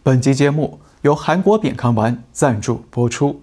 本集节目由韩国扁康丸赞助播出。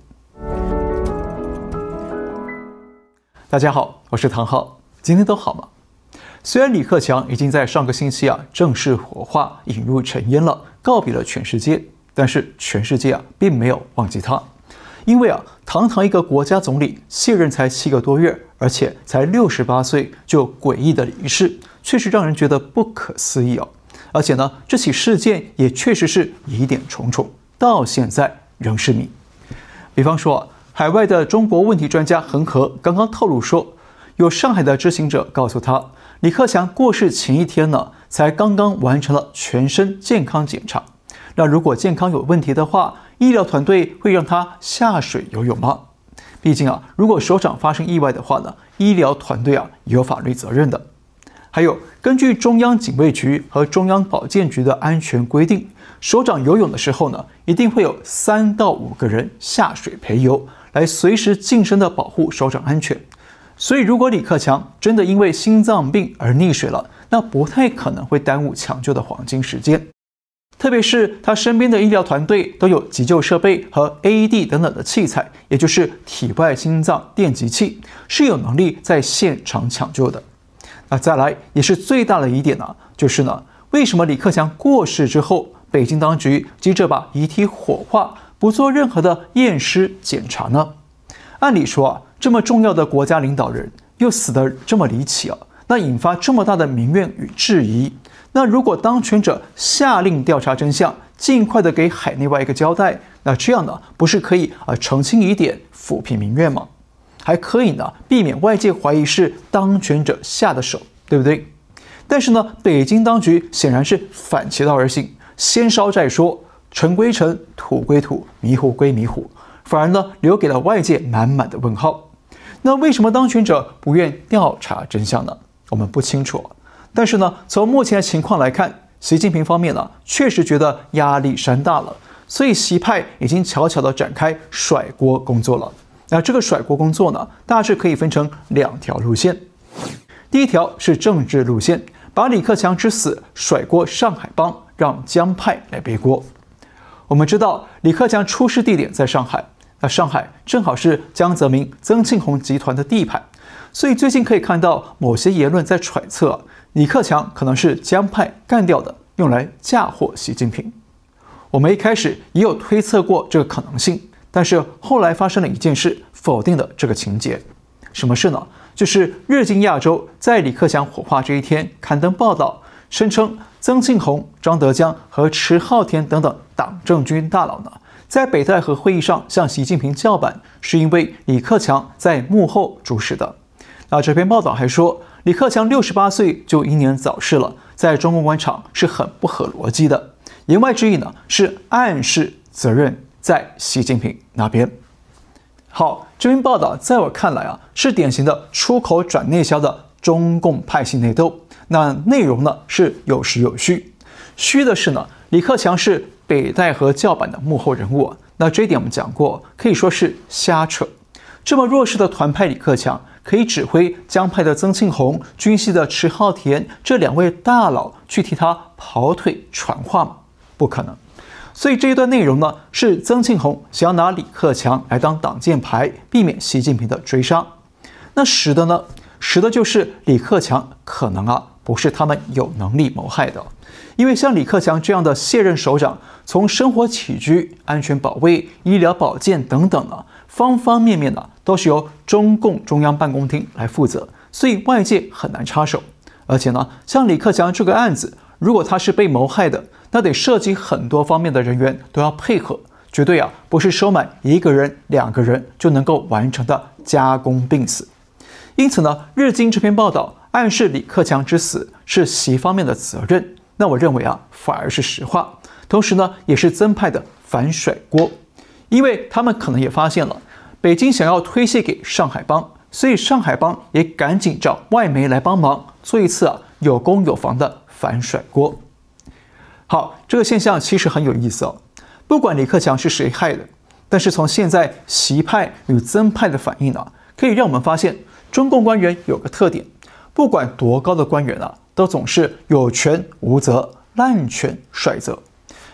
大家好，我是唐浩，今天都好吗？虽然李克强已经在上个星期正式火化引入尘烟了，告别了全世界，但是全世界并没有忘记他，因为堂堂一个国家总理卸任才7个多月，而且才68岁就诡异的离世，确实让人觉得不可思议而且呢，这起事件也确实是疑点重重，到现在仍是谜。比方说海外的中国问题专家恒河刚刚透露说，有上海的知情者告诉他，李克强过世前一天呢，才刚刚完成了全身健康检查。那如果健康有问题的话，医疗团队会让他下水游泳吗？毕竟如果首长发生意外的话呢，医疗团队也有法律责任的。还有，根据中央警卫局和中央保健局的安全规定，首长游泳的时候呢，一定会有3到5个人下水陪游，来随时近身的保护首长安全。所以，如果李克强真的因为心脏病而溺水了，那不太可能会耽误抢救的黄金时间。特别是他身边的医疗团队都有急救设备和 AED 等等的器材，也就是体外心脏电击器，是有能力在现场抢救的。那再来也是最大的疑点就是为什么李克强过世之后，北京当局急着把遗体火化，不做任何的验尸检查呢？按理说这么重要的国家领导人又死得这么离奇那引发这么大的民怨与质疑。那如果当权者下令调查真相，尽快的给海内外一个交代，那这样不是可以澄清疑点，抚平民怨吗？还可以避免外界怀疑是当权者下的手，对不对？但是北京当局显然是反其道而行，先烧再说，尘归尘，土归土，迷糊归迷糊，反而留给了外界满满的问号。那为什么当权者不愿调查真相呢？我们不清楚。但是从目前的情况来看，习近平方面确实觉得压力山大了，所以习派已经悄悄地展开甩锅工作了。那这个甩锅工作大致可以分成2条路线。第一条是政治路线，把李克强之死甩锅上海帮，让江派来背锅。我们知道李克强出事地点在上海，那上海正好是江泽民、曾庆红集团的地盘，所以最近可以看到某些言论在揣测李克强可能是江派干掉的，用来嫁祸习近平。我们一开始也有推测过这个可能性，但是后来发生了一件事，否定了这个情节。什么事呢？就是日经亚洲在李克强火化这一天刊登报道，声称曾庆红、张德江和迟浩天等等党政军大佬在北戴河会议上向习近平叫板，是因为李克强在幕后主使的。那这篇报道还说，李克强68岁就英年早逝了，在中共官场是很不合逻辑的。言外之意是暗示责任在习近平那边。好，这篇报道在我看来是典型的出口转内销的中共派系内斗。那内容是有实有虚，虚的是李克强是北戴河叫板的幕后人物那这一点我们讲过，可以说是瞎扯。这么弱势的团派李克强，可以指挥江派的曾庆红、军系的迟浩田这2位大佬去替他跑腿传话吗？不可能。所以这一段内容是曾庆红想要拿李克强来当挡箭牌，避免习近平的追杀。那实的呢？实的就是李克强可能不是他们有能力谋害的，因为像李克强这样的卸任首长，从生活起居、安全保卫、医疗保健等等方方面面都是由中共中央办公厅来负责，所以外界很难插手。而且像李克强这个案子，如果他是被谋害的，那得涉及很多方面的人员都要配合，绝对不是收买1个人、2个人就能够完成的加工病死。因此日经这篇报道暗示李克强之死是习方面的责任，那我认为反而是实话，同时也是曾派的反甩锅，因为他们可能也发现了北京想要推卸给上海帮，所以上海帮也赶紧找外媒来帮忙，做一次有攻有防的反甩锅。好，这个现象其实很有意思不管李克强是谁害的，但是从现在习派与曾派的反应可以让我们发现中共官员有个特点，不管多高的官员都总是有权无责，滥权率责。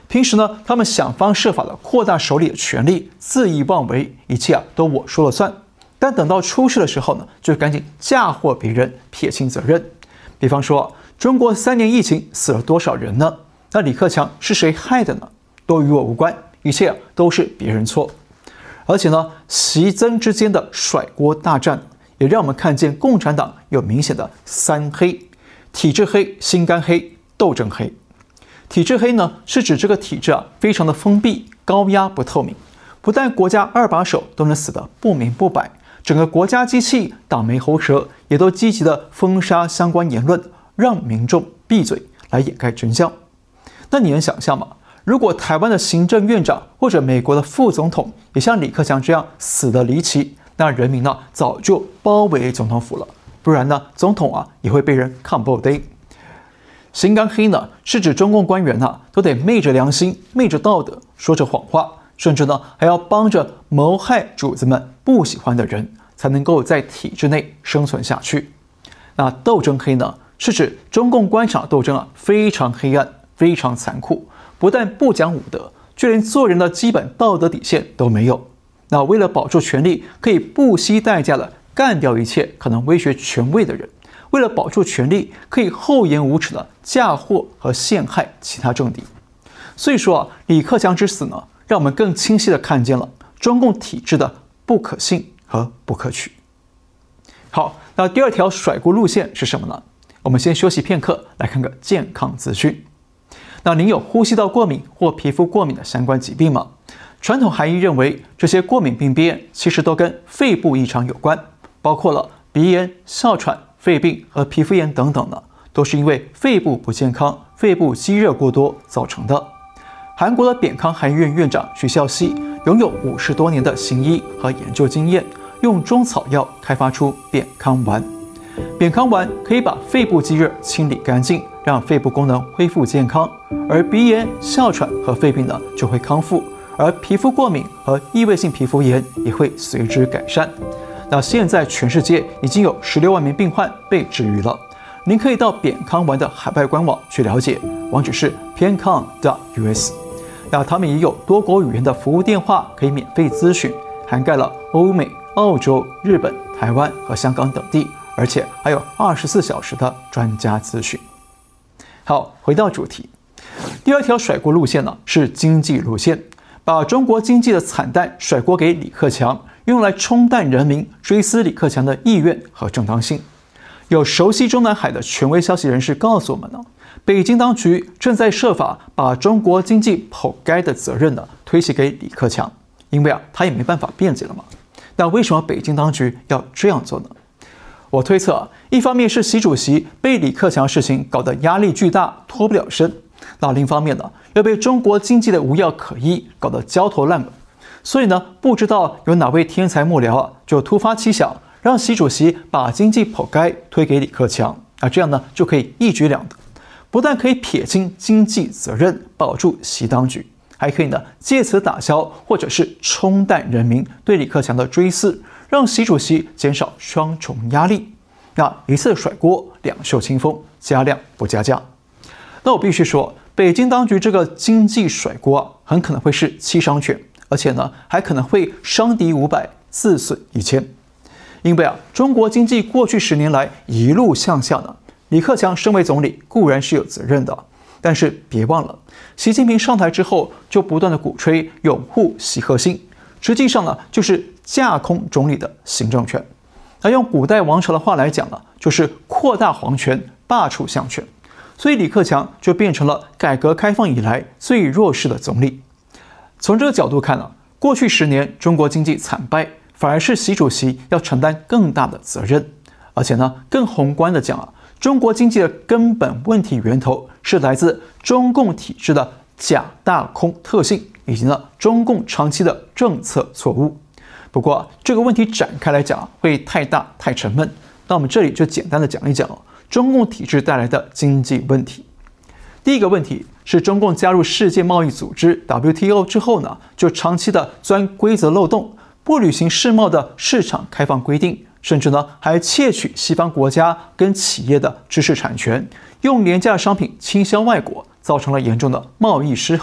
平时呢，他们想方设法的扩大手里的权力，恣意妄为，一切都我说了算。但等到出事的时候呢，就赶紧嫁祸别人，撇清责任。比方说，中国3年疫情死了多少人呢？那李克强是谁害的呢？都与我无关，一切都是别人错。而且呢，习曾之间的甩锅大战，也让我们看见共产党有明显的3黑：体制黑、心肝黑、斗争黑。体制黑呢，是指这个体制非常的封闭、高压、不透明，不但国家2把手都能死得不明不白，整个国家机器党媒喉舌也都积极的封杀相关言论，让民众闭嘴来掩盖真相。那你能想象吗？如果台湾的行政院长或者美国的副总统也像李克强这样死得离奇，那人民呢早就包围总统府了，不然呢总统也会被人抗暴的。心肝黑呢，是指中共官员都得昧着良心、昧着道德，说着谎话，甚至呢还要帮着谋害主子们不喜欢的人，才能够在体制内生存下去。那斗争黑呢，是指中共官场斗争非常黑暗、非常残酷，不但不讲武德，就连做人的基本道德底线都没有。那为了保住权力，可以不惜代价的干掉一切可能威胁权位的人。为了保住权力，可以厚颜无耻的嫁祸和陷害其他政敌。所以说李克强之死呢，让我们更清晰的看见了中共体制的不可信和不可取。好，那第2条甩锅路线是什么呢？我们先休息片刻，来看个健康资讯。那您有呼吸道过敏或皮肤过敏的相关疾病吗？传统含义认为，这些过敏病变其实都跟肺部异常有关，包括了鼻炎、哮喘、肺病和皮肤炎等等的，都是因为肺部不健康、肺部积热过多造成的。韩国的扁康韩医院院长徐孝熙拥有50多年的行医和研究经验，用中草药开发出扁康丸。扁康丸可以把肺部积热清理干净，让肺部功能恢复健康，而鼻炎、哮喘和肺病呢就会康复，而皮肤过敏和异位性皮肤炎也会随之改善。那现在全世界已经有16万名病患被治愈了。您可以到扁康丸的海外官网去了解，网址是 piancon.us。那他们也有多国语言的服务电话可以免费咨询，涵盖了欧美、澳洲、日本、台湾和香港等地，而且还有24小时的专家咨询。好，回到主题，第2条甩锅路线呢是经济路线，把中国经济的惨淡甩锅给李克强，用来冲淡人民追思李克强的意愿和正当性。有熟悉中南海的权威消息人士告诉我们呢，北京当局正在设法把中国经济剖该的责任呢推卸给李克强，因为他也没办法辩解了嘛。那为什么北京当局要这样做呢？我推测一方面是习主席被李克强事情搞得压力巨大，脱不了身；那另一方面呢，又被中国经济的无药可医搞得焦头烂额。所以呢，不知道有哪位天才幕僚就突发奇想，让习主席把经济剖该推给李克强，这样呢就可以一举两得，不但可以撇清经济责任，保住习当局，还可以呢借此打消或者是冲淡人民对李克强的追思，让习主席减少双重压力。那一次甩锅，两袖清风，加量不加价。那我必须说，北京当局这个经济甩锅很可能会是七伤拳，而且呢还可能会伤敌500，自损1000。因为中国经济过去10年来一路向下呢，李克强身为总理固然是有责任的，但是别忘了，习近平上台之后就不断的鼓吹拥护习核心，实际上呢就是架空总理的行政权。那用古代王朝的话来讲呢，就是扩大皇权，罢黜相权。所以李克强就变成了改革开放以来最弱势的总理。从这个角度看呢，过去10年中国经济惨败，反而是习主席要承担更大的责任。而且呢，更宏观的讲中国经济的根本问题源头是来自中共体制的假大空特性，以及呢中共长期的政策错误。不过这个问题展开来讲会太大太沉闷，那我们这里就简单的讲一讲中共体制带来的经济问题。第一个问题是中共加入世界贸易组织 WTO 之后呢，就长期的钻规则漏洞，不履行世贸的市场开放规定，甚至呢还窃取西方国家跟企业的知识产权，用廉价商品倾销外国，造成了严重的贸易失衡，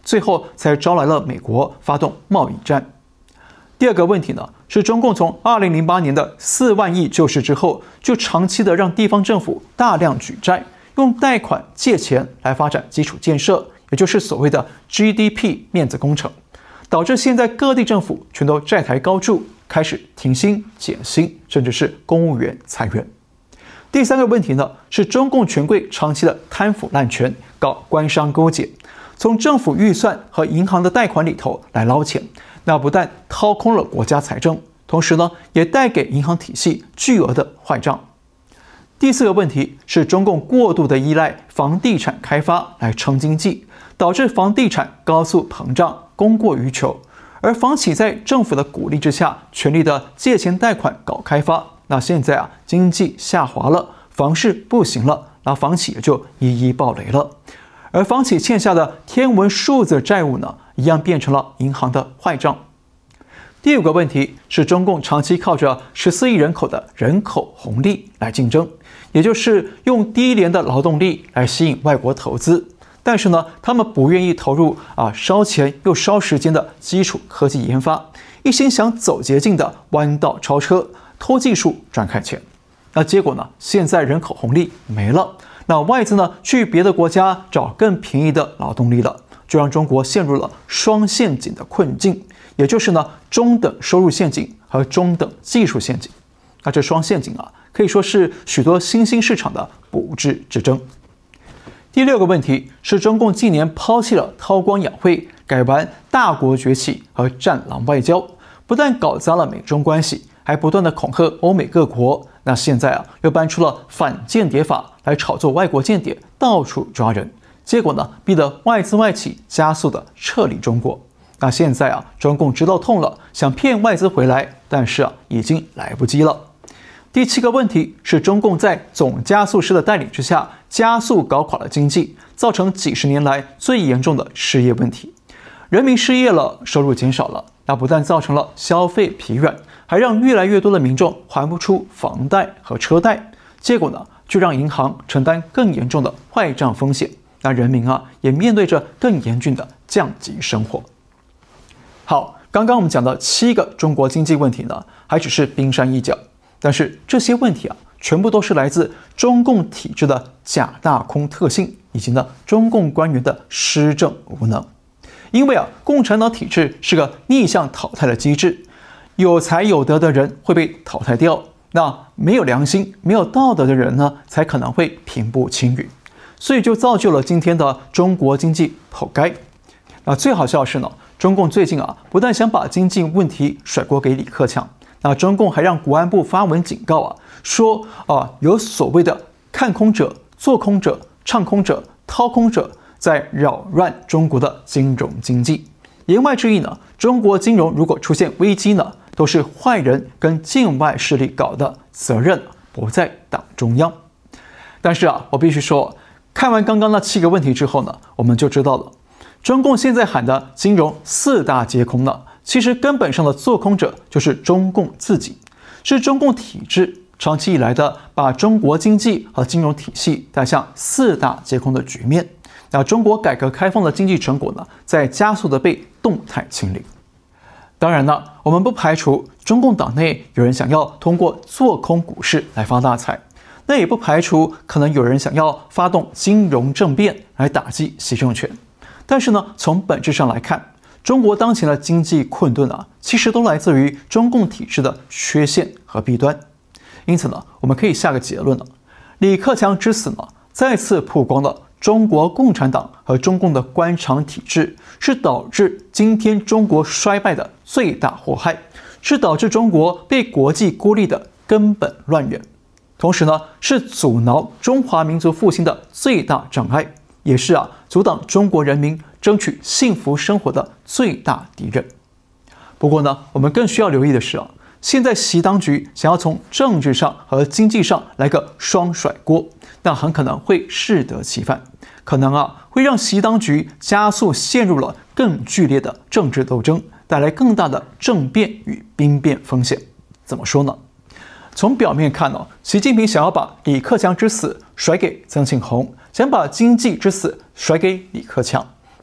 最后才招来了美国发动贸易战。第二个问题呢，是中共从2008年的4万亿救市之后，就长期的让地方政府大量举债，用贷款借钱来发展基础建设，也就是所谓的 GDP 面子工程，导致现在各地政府全都债台高筑，开始停薪减薪，甚至是公务员裁员。第三个问题呢，是中共权贵长期的贪腐滥权，搞官商勾结，从政府预算和银行的贷款里头来捞钱，那不但掏空了国家财政，同时呢，也带给银行体系巨额的坏账。第四个问题是中共过度的依赖房地产开发来撑经济，导致房地产高速膨胀，供过于求，而房企在政府的鼓励之下，全力的借钱贷款搞开发。那现在经济下滑了，房市不行了，那房企也就一一爆雷了。而房企欠下的天文数字债务呢，一样变成了银行的坏账。第五个问题是中共长期靠着14亿人口的人口红利来竞争，也就是用低廉的劳动力来吸引外国投资，但是呢，他们不愿意投入烧钱又烧时间的基础科技研发，一心想走捷径的弯道超车，偷技术赚快钱。那结果呢，现在人口红利没了，那外资呢去别的国家找更便宜的劳动力了，就让中国陷入了双陷阱的困境，也就是呢中等收入陷阱和中等技术陷阱。那这双陷阱可以说是许多新兴市场的不治之争。第六个问题是中共近年抛弃了韬光养晦，改玩大国崛起和战狼外交，不但搞砸了美中关系，还不断的恐吓欧美各国。那现在又搬出了反间谍法来炒作外国间谍，到处抓人，结果呢，逼得外资外企加速的撤离中国。那现在中共知道痛了，想骗外资回来，但是已经来不及了。第七个问题是中共在总加速师的带领之下，加速搞垮了经济，造成几十年来最严重的失业问题。人民失业了，收入减少了，那不但造成了消费疲软，还让越来越多的民众还不出房贷和车贷，结果呢，就让银行承担更严重的坏账风险，那人民也面对着更严峻的降级生活。好，刚刚我们讲的7个中国经济问题呢，还只是冰山一角，但是这些问题全部都是来自中共体制的假大空特性，以及呢中共官员的施政无能。因为共产党体制是个逆向淘汰的机制，有才有德的人会被淘汰掉，那没有良心、没有道德的人呢，才可能会平步青云，所以就造就了今天的中国经济活该。那最好笑的是呢，中共最近不但想把经济问题甩锅给李克强，那中共还让国安部发文警告说有所谓的看空者、做空者、唱空者、掏空者，在扰乱中国的金融经济。言外之意呢，中国金融如果出现危机呢，都是坏人跟境外势力搞的，责任不在党中央。但是我必须说，看完刚刚那7个问题之后呢，我们就知道了，中共现在喊的金融4大皆空呢，其实根本上的做空者就是中共自己，是中共体制长期以来的把中国经济和金融体系带向4大皆空的局面。那中国改革开放的经济成果呢，在加速的被动态清理。当然呢，我们不排除中共党内有人想要通过做空股市来发大财，那也不排除可能有人想要发动金融政变来打击习政权。但是呢，从本质上来看，中国当前的经济困顿其实都来自于中共体制的缺陷和弊端。因此呢，我们可以下个结论李克强之死呢，再次曝光了中国共产党和中共的官场体制是导致今天中国衰败的最大祸害，是导致中国被国际孤立的根本乱源，同时呢，是阻挠中华民族复兴的最大障碍，也是阻挡中国人民争取幸福生活的最大敌人。不过呢，我们更需要留意的是现在习当局想要从政治上和经济上来个双甩锅，那很可能会适得其反，可能会让习当局加速陷入了更剧烈的政治斗争，带来更大的政变与兵变风险。怎么说呢？从表面看习近平想要把李克强之死甩给曾庆红，想把经济之死甩给李克强，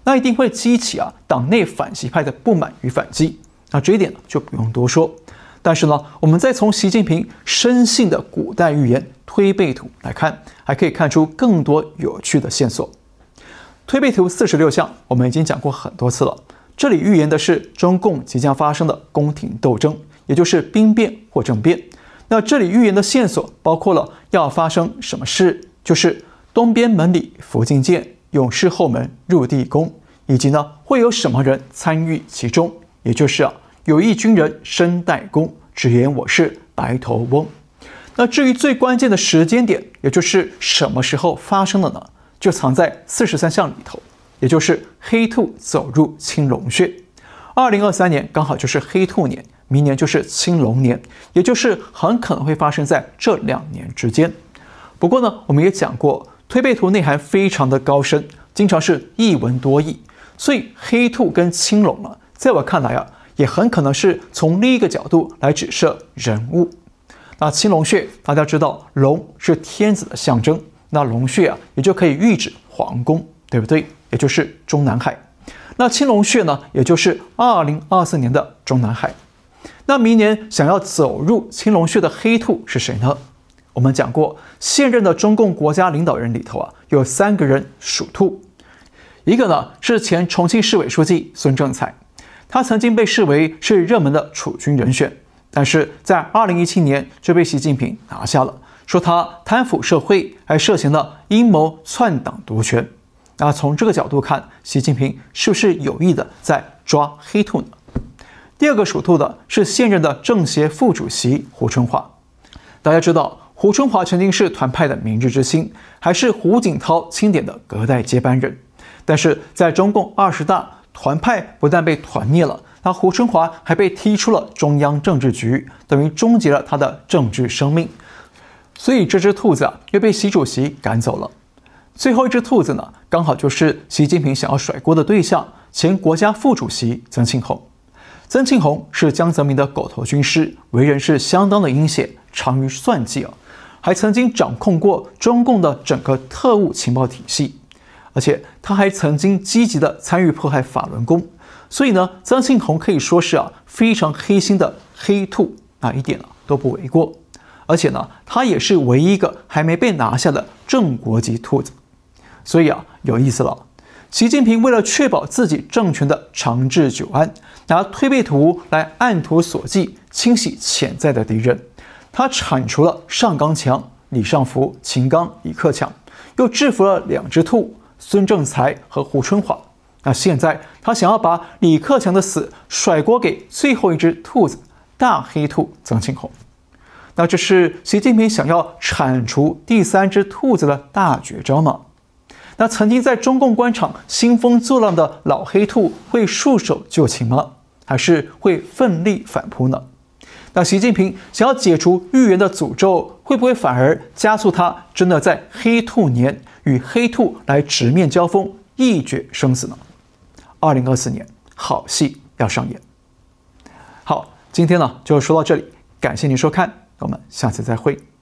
那一定会激起党内反习派的不满与反击。那这一点就不用多说。但是呢，我们再从习近平深信的古代预言推背图来看，还可以看出更多有趣的线索。推背图46象，我们已经讲过很多次了。这里预言的是中共即将发生的宫廷斗争，也就是兵变或政变。那这里预言的线索包括了要发生什么事，就是东边门里伏菁剑，勇士后门入地宫，以及呢会有什么人参与其中，也就是有一军人身带弓，直言我是白头翁。那至于最关键的时间点，也就是什么时候发生的呢？就藏在43象里头，也就是黑兔走入青龙穴。2023年刚好就是黑兔年，明年就是青龙年，也就是很可能会发生在这2年之间。不过呢，我们也讲过，推背图内涵非常的高深，经常是一文多义，所以黑兔跟青龙呢，在我看来也很可能是从另一个角度来指涉人物。那青龙穴大家知道，龙是天子的象征，那龙穴也就可以喻指皇宫，对不对？也就是中南海。那青龙穴呢，也就是2024年的中南海。那明年想要走入青龙穴的黑兔是谁呢？我们讲过，现任的中共国家领导人里头有3个人属兔。一个呢是前重庆市委书记孙政才，他曾经被视为是热门的储君人选，但是在2017年就被习近平拿下了，说他贪腐受贿，还涉嫌了阴谋篡党夺权。那从这个角度看，习近平是不是有意的在抓黑兔呢？第二个属兔的是现任的政协副主席胡春华。大家知道，胡春华曾经是团派的明日之星，还是胡锦涛钦点的隔代接班人。但是在中共20大，团派不但被团灭了，那胡春华还被踢出了中央政治局，等于终结了他的政治生命。所以这只兔子又被习主席赶走了。最后一只兔子呢，刚好就是习近平想要甩锅的对象，前国家副主席曾庆红。曾庆红是江泽民的狗头军师，为人是相当的阴险，长于算计还曾经掌控过中共的整个特务情报体系，而且他还曾经积极的参与迫害法轮功。所以呢，曾庆红可以说是非常黑心的黑兔，那一点都不为过。而且呢，他也是唯一一个还没被拿下的正国级兔子。所以有意思了。习近平为了确保自己政权的长治久安，拿推背图来按图索骥，清洗潜在的敌人。他铲除了上纲强、李尚福、秦刚、李克强，又制服了2只兔孙政才和胡春华。那现在他想要把李克强的死甩锅给最后一只兔子大黑兔曾庆红。那这是习近平想要铲除第3只兔子的大绝招吗？那曾经在中共官场兴风作浪的老黑兔会束手就擒吗？还是会奋力反扑呢？那习近平想要解除预言的诅咒，会不会反而加速他真的在黑兔年与黑兔来直面交锋，一决生死呢？2024年好戏要上演。好，今天呢就说到这里，感谢您收看，我们下次再会。